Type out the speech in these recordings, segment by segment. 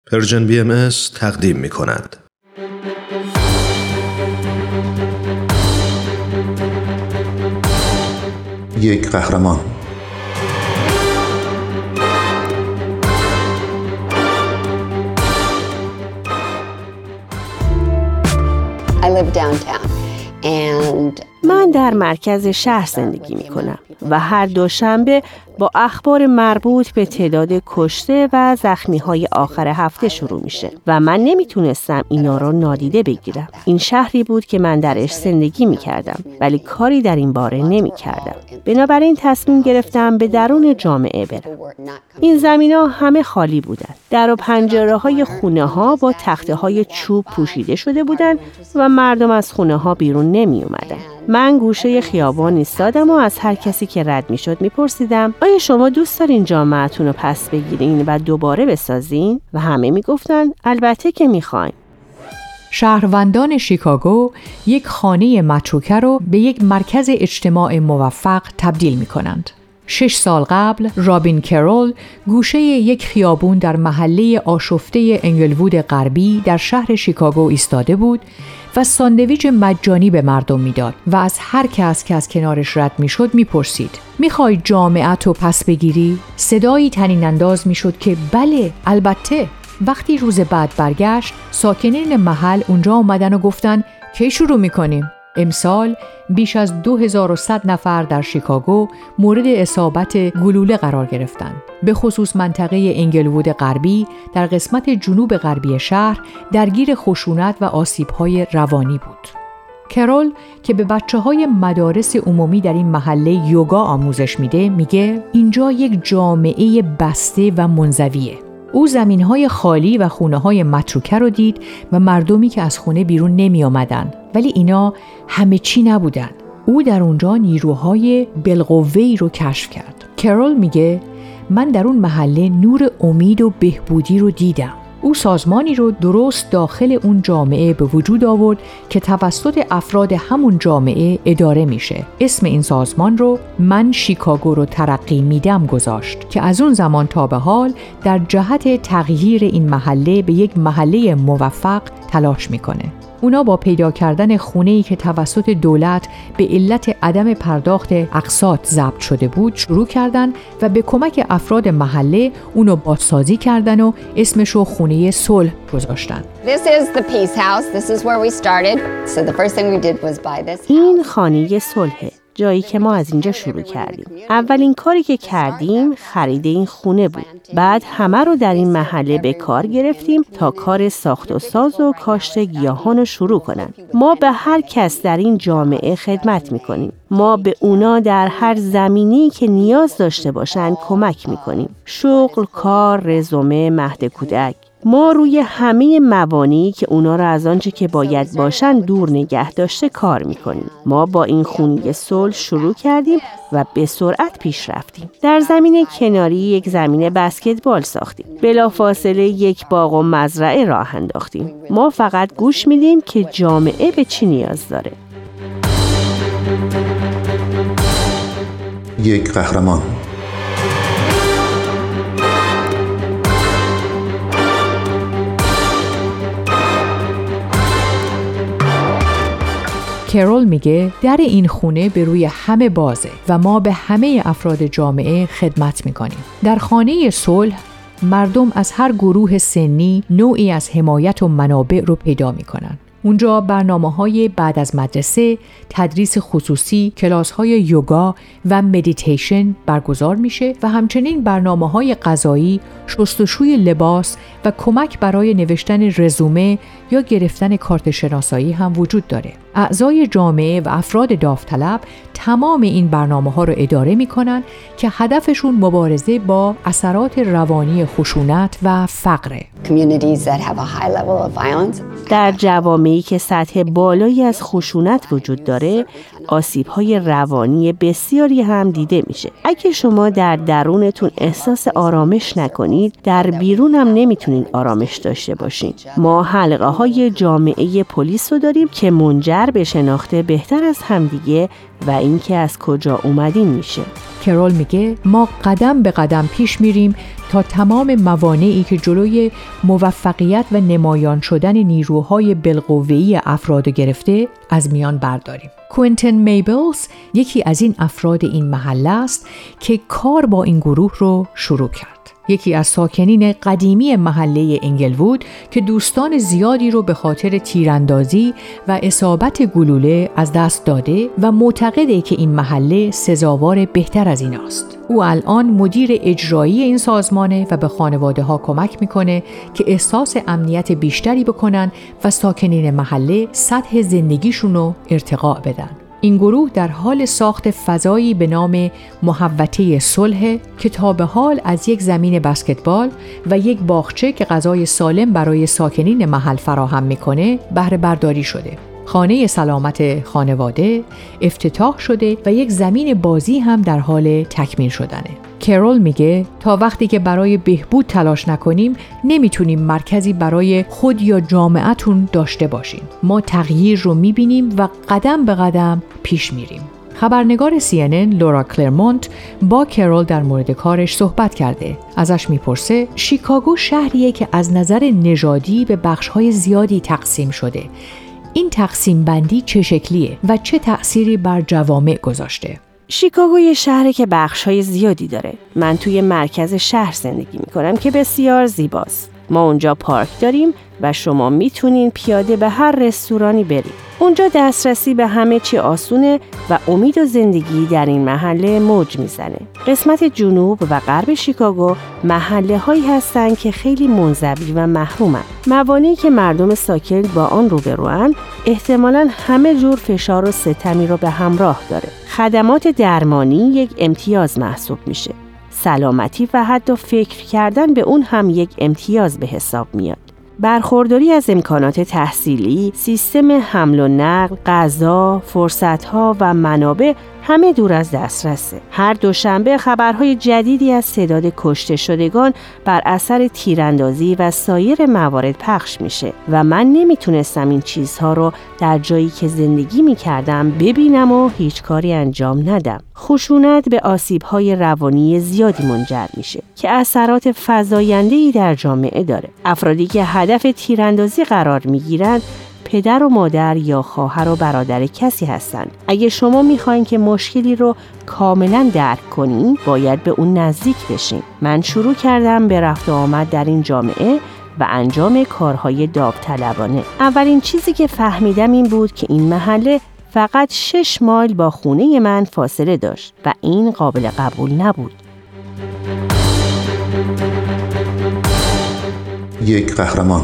پرژن BMS تقدیم می کند. یک قهرمان. من در مرکز شهر زندگی می کنم و هر دوشنبه با اخبار مربوط به تعداد کشته و زخمی‌های آخر هفته شروع میشه و من نمیتونستم اینا رو نادیده بگیرم. این شهری بود که من درش زندگی میکردم ولی کاری در این باره نمیکردم. بنابراین تصمیم گرفتم به درون جامعه برم. این زمینا همه خالی بودن. در و پنجره‌های خونه‌ها با تخته‌های چوب پوشیده شده بودن و مردم از خونه‌ها بیرون نمی اومدن. من گوشه خیابان ایستادم و از هر کسی که رد میشد میپرسیدم آیا شما دوست دارین جامعتون رو پس بگیرین و دوباره بسازین؟ و همه میگفتن البته که میخوایم. شهروندان شیکاگو یک خانه متروکه رو به یک مرکز اجتماع موفق تبدیل میکنند. 6 سال قبل رابین کرول گوشه یک خیابون در محله آشفته انگلوود غربی در شهر شیکاگو ایستاده بود و ساندویچ مجانی به مردم میداد و از هر کس که از کنارش رد میشد میپرسید میخوای جامعتو پس بگیری؟ صدایی طنین انداز میشد که بله البته. وقتی روز بعد برگشت ساکنین محل اونجا اومدن و گفتن کی شروع میکنیم؟ امسال بیش از 2100 نفر در شیکاگو مورد اصابت گلوله قرار گرفتند. به خصوص منطقه انگلوود غربی در قسمت جنوب غربی شهر درگیر خشونت و آسیب‌های روانی بود. کرول که به بچه‌های مدارس عمومی در این محله یوگا آموزش میده میگه اینجا یک جامعه بسته و منزویه. او زمین‌های خالی و خونه‌های متروکه رو دید و مردمی که از خونه بیرون نمی آمدن. ولی اینا همه چی نبودن. او در اونجا نیروهای بالقوه‌ای رو کشف کرد. کرول میگه من در اون محله نور امید و بهبودی رو دیدم. او سازمانی رو درست داخل اون جامعه به وجود آورد که توسط افراد همون جامعه اداره میشه. اسم این سازمان رو من شیکاگو رو ترقی میدم گذاشت که از اون زمان تا به حال در جهت تغییر این محله به یک محله موفق تلاش میکنه. اونا با پیدا کردن خونه‌ای که توسط دولت به علت عدم پرداخت اقساط ضبط شده بود شروع کردن و به کمک افراد محله اونو بازسازی کردن و اسمشو خونه صلح گذاشتن. این خانه صلحه. جایی که ما از اینجا شروع کردیم. اولین کاری که کردیم خرید این خونه بود. بعد همه رو در این محله به کار گرفتیم تا کار ساخت و ساز و کاشت گیاهان رو شروع کنن. ما به هر کس در این جامعه خدمت میکنیم. ما به اونا در هر زمینی که نیاز داشته باشن کمک میکنیم. شغل، کار، رزومه، مهد کودک. ما روی همه موانعی که اونا را از آنچه که باید باشن دور نگه داشته کار میکنیم. ما با این خونه صلح شروع کردیم و به سرعت پیش رفتیم. در زمین کناری یک زمین بسکتبال ساختیم. بلافاصله یک باغ و مزرعه راه انداختیم. ما فقط گوش میدیم که جامعه به چی نیاز داره. یک قهرمان. کرول میگه در این خونه به روی همه بازه و ما به همه افراد جامعه خدمت میکنیم. در خانه صلح مردم از هر گروه سنی نوعی از حمایت و منابع رو پیدا میکنن. اونجا برنامه‌های بعد از مدرسه، تدریس خصوصی، کلاس‌های یوگا و مدیتیشن برگزار میشه و همچنین برنامه‌های غذایی، شستشوی لباس و کمک برای نوشتن رزومه یا گرفتن کارت شناسایی هم وجود داره. اعضای جامعه و افراد داوطلب تمام این برنامه‌ها رو اداره می‌کنن که هدفشون مبارزه با اثرات روانی خشونت و فقره. در جوامعی که سطح بالایی از خشونت وجود داره، آسیب‌های روانی بسیاری هم دیده میشه. اگه شما در درونتون احساس آرامش نکنید، در بیرون هم نمیتونید آرامش داشته باشین. ما حلقه‌های جامعه پلیس رو داریم که منجر به شناخت بهتر از همدیگه و اینکه از کجا اومدین میشه. کرول میگه ما قدم به قدم پیش میریم تا تمام موانعی که جلوی موفقیت و نمایان شدن نیروهای بالقوه‌ای افراد گرفته از میان برداریم. کوئنتن میبلز یکی از این افراد این محله است که کار با این گروه رو شروع کرد. یکی از ساکنین قدیمی محله انگلوود که دوستان زیادی رو به خاطر تیراندازی و اصابت گلوله از دست داده و معتقده که این محله سزاوار بهتر از این است. او الان مدیر اجرایی این سازمانه و به خانواده ها کمک میکنه که احساس امنیت بیشتری بکنن و ساکنین محله سطح زندگیشون رو ارتقا بدن. این گروه در حال ساخت فضایی به نام محوطه صلح که تا به حال از یک زمین بسکتبال و یک باغچه که غذای سالم برای ساکنین محل فراهم میکنه بهره برداری شده. خانه سلامت خانواده افتتاح شده و یک زمین بازی هم در حال تکمیل شدنه. کرول میگه تا وقتی که برای بهبود تلاش نکنیم نمیتونیم مرکزی برای خود یا جامعه‌تون داشته باشیم. ما تغییر رو میبینیم و قدم به قدم پیش میریم. خبرنگار CNN لورا کلرمونت با کرول در مورد کارش صحبت کرده. ازش میپرسه شیکاگو شهریه که از نظر نژادی به بخش‌های زیادی تقسیم شده. این تقسیم بندی چه شکلیه و چه تأثیری بر جوامع گذاشته؟ شیکاگو یه شهره که بخش‌های زیادی داره. من توی مرکز شهر زندگی میکنم که بسیار زیباست. ما اونجا پارک داریم و شما میتونین پیاده به هر رستورانی برید. اونجا دسترسی به همه چی آسونه و امید و زندگی در این محله موج میزنه. قسمت جنوب و غرب شیکاگو محله هایی هستن که خیلی منزوی و محرومن. موانعی که مردم ساکن با آن روبروان احتمالاً همه جور فشار و ستمی رو به همراه داره. خدمات درمانی یک امتیاز محسوب میشه. سلامتی و حتی فکر کردن به اون هم یک امتیاز به حساب میاد. برخورداری از امکانات تحصیلی، سیستم حمل و نقل، غذا، فرصت‌ها و منابع همه دور از دسترسه. هر دوشنبه خبرهای جدیدی از تعداد کشته شدگان بر اثر تیراندازی و سایر موارد پخش میشه و من نمیتونستم این چیزها رو در جایی که زندگی میکردم ببینم و هیچ کاری انجام ندم. خشونت به آسیب‌های روانی زیادی منجر میشه که اثرات فزاینده‌ای در جامعه داره. افرادی که هدف تیراندازی قرار میگیرند پدر و مادر یا خواهر و برادر کسی هستند. اگه شما میخواین که مشکلی رو کاملا درک کنین، باید به اون نزدیک بشین. من شروع کردم به رفت و آمد در این جامعه و انجام کارهای داوطلبانه. اولین چیزی که فهمیدم این بود که این محله فقط 6 مایل با خونه من فاصله داشت و این قابل قبول نبود. یک قهرمان.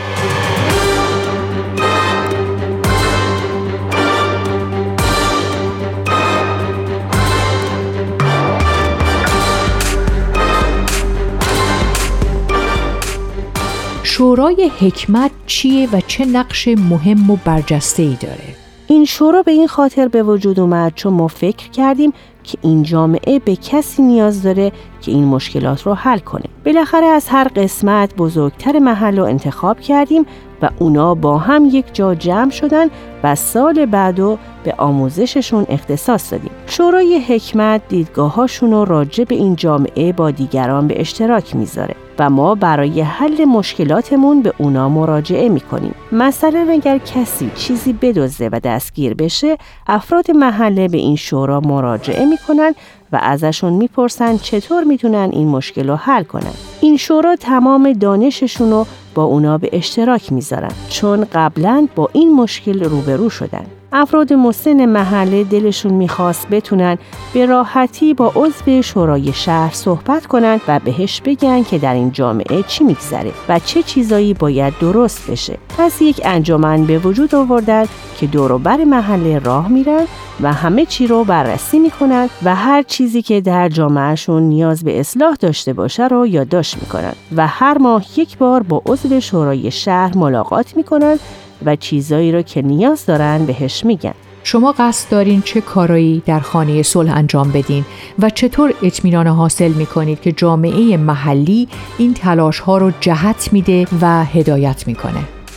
شورای حکمت چیه و چه نقش مهم و برجسته‌ای داره؟ این شورا به این خاطر به وجود اومد چون ما فکر کردیم که این جامعه به کسی نیاز داره که این مشکلات رو حل کنه. بالاخره از هر قسمت بزرگتر محل رو انتخاب کردیم و اونا با هم یک جا جمع شدن و سال بعدو به آموزششون اختصاص دادیم. شورای حکمت دیدگاهاشون رو راجع به این جامعه با دیگران به اشتراک میذاره و ما برای حل مشکلاتمون به اونا مراجعه میکنیم. مثلا اگر کسی چیزی بدزده و دستگیر بشه، افراد محله به این شورا مراجعه میکنن و ازشون میپرسن چطور میتونن این مشکل رو حل کنن. این شورا تمام دانششون رو با اونا به اشتراک میذارن چون قبلا با این مشکل روبرو شدن. افراد مسن محله دلشون میخواست بتونن به راحتی با عضو شورای شهر صحبت کنن و بهش بگن که در این جامعه چی میگذره و چه چیزایی باید درست بشه. پس یک انجمن به وجود آوردن که دور و بر محله راه میرن و همه چی رو بررسی میکنن و هر چیزی که در جامعهشون نیاز به اصلاح داشته باشه رو یادداشت میکنن و هر ماه یک بار با عضو شورای شهر ملاقات میکنن و چیزایی رو که نیاز دارن بهش میگن. شما قصد دارین چه کارایی در خانه صلح انجام بدین و چطور اطمینان حاصل میکنید که جامعه محلی این تلاش ها رو جهت میده و هدایت میکنه؟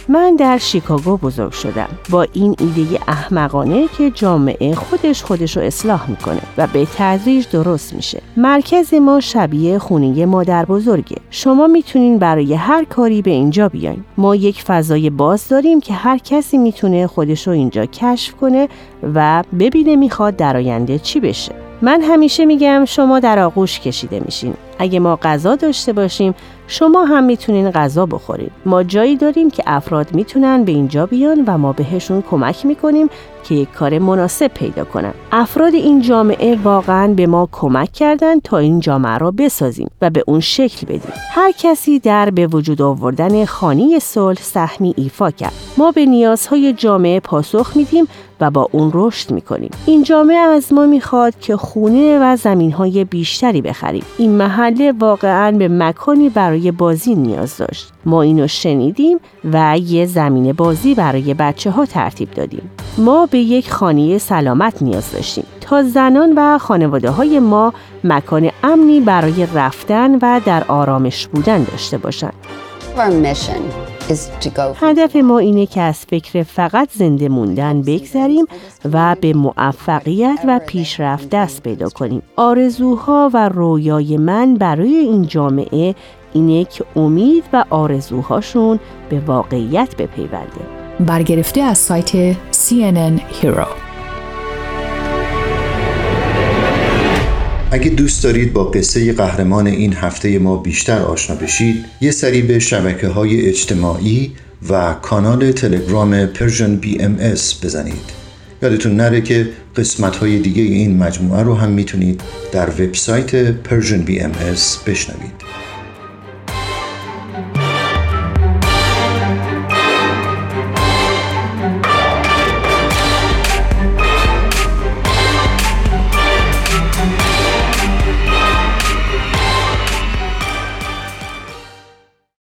من در شیکاگو بزرگ شدم با این ایده احمقانه که جامعه خودش رو اصلاح میکنه و به تدریج درست میشه. مرکز ما شبیه خونه مادر بزرگه. شما میتونین برای هر کاری به اینجا بیاین. ما یک فضای باز داریم که هر کسی میتونه خودش رو اینجا کشف کنه و ببینه میخواد در آینده چی بشه. من همیشه میگم شما در آغوش کشیده میشین. اگه ما غذا داشته باشیم شما هم میتونین غذا بخورید. ما جایی داریم که افراد میتونن به اینجا بیان و ما بهشون کمک میکنیم که یک کار مناسب پیدا کنن. افراد این جامعه واقعاً به ما کمک کردن تا این جامعه را بسازیم و به اون شکل بدیم. هر کسی در به وجود آوردن خانه صلح سهمی ایفا کرد. ما به نیازهای جامعه پاسخ میدیم و با اون رشد میکنیم. این جامعه از ما میخواد که خونه و زمینهای بیشتری بخریم. این محله واقعاً به مکانی برای بازی نیاز داشت. ما اینو شنیدیم و یه زمین بازی برای بچه‌ها ترتیب دادیم. ما به یک خانه سلامت نیاز داشتیم تا زنان و خانواده‌های ما مکان امنی برای رفتن و در آرامش بودن داشته باشند. هدف ما اینه که از فکر فقط زنده موندن بگذریم و به موفقیت و پیشرفت دست پیدا کنیم. آرزوها و رویای من برای این جامعه اینه که امید و آرزوهاشون به واقعیت بپیونده. برگرفته از سایت CNN Hero. اگه دوست دارید با قصه قهرمان این هفته ما بیشتر آشنا بشید، یه سری به شبکه‌های اجتماعی و کانال تلگرام Persian BMS بزنید. یادتون نره که قسمت‌های دیگه این مجموعه رو هم میتونید در وبسایت Persian BMS بشنوید.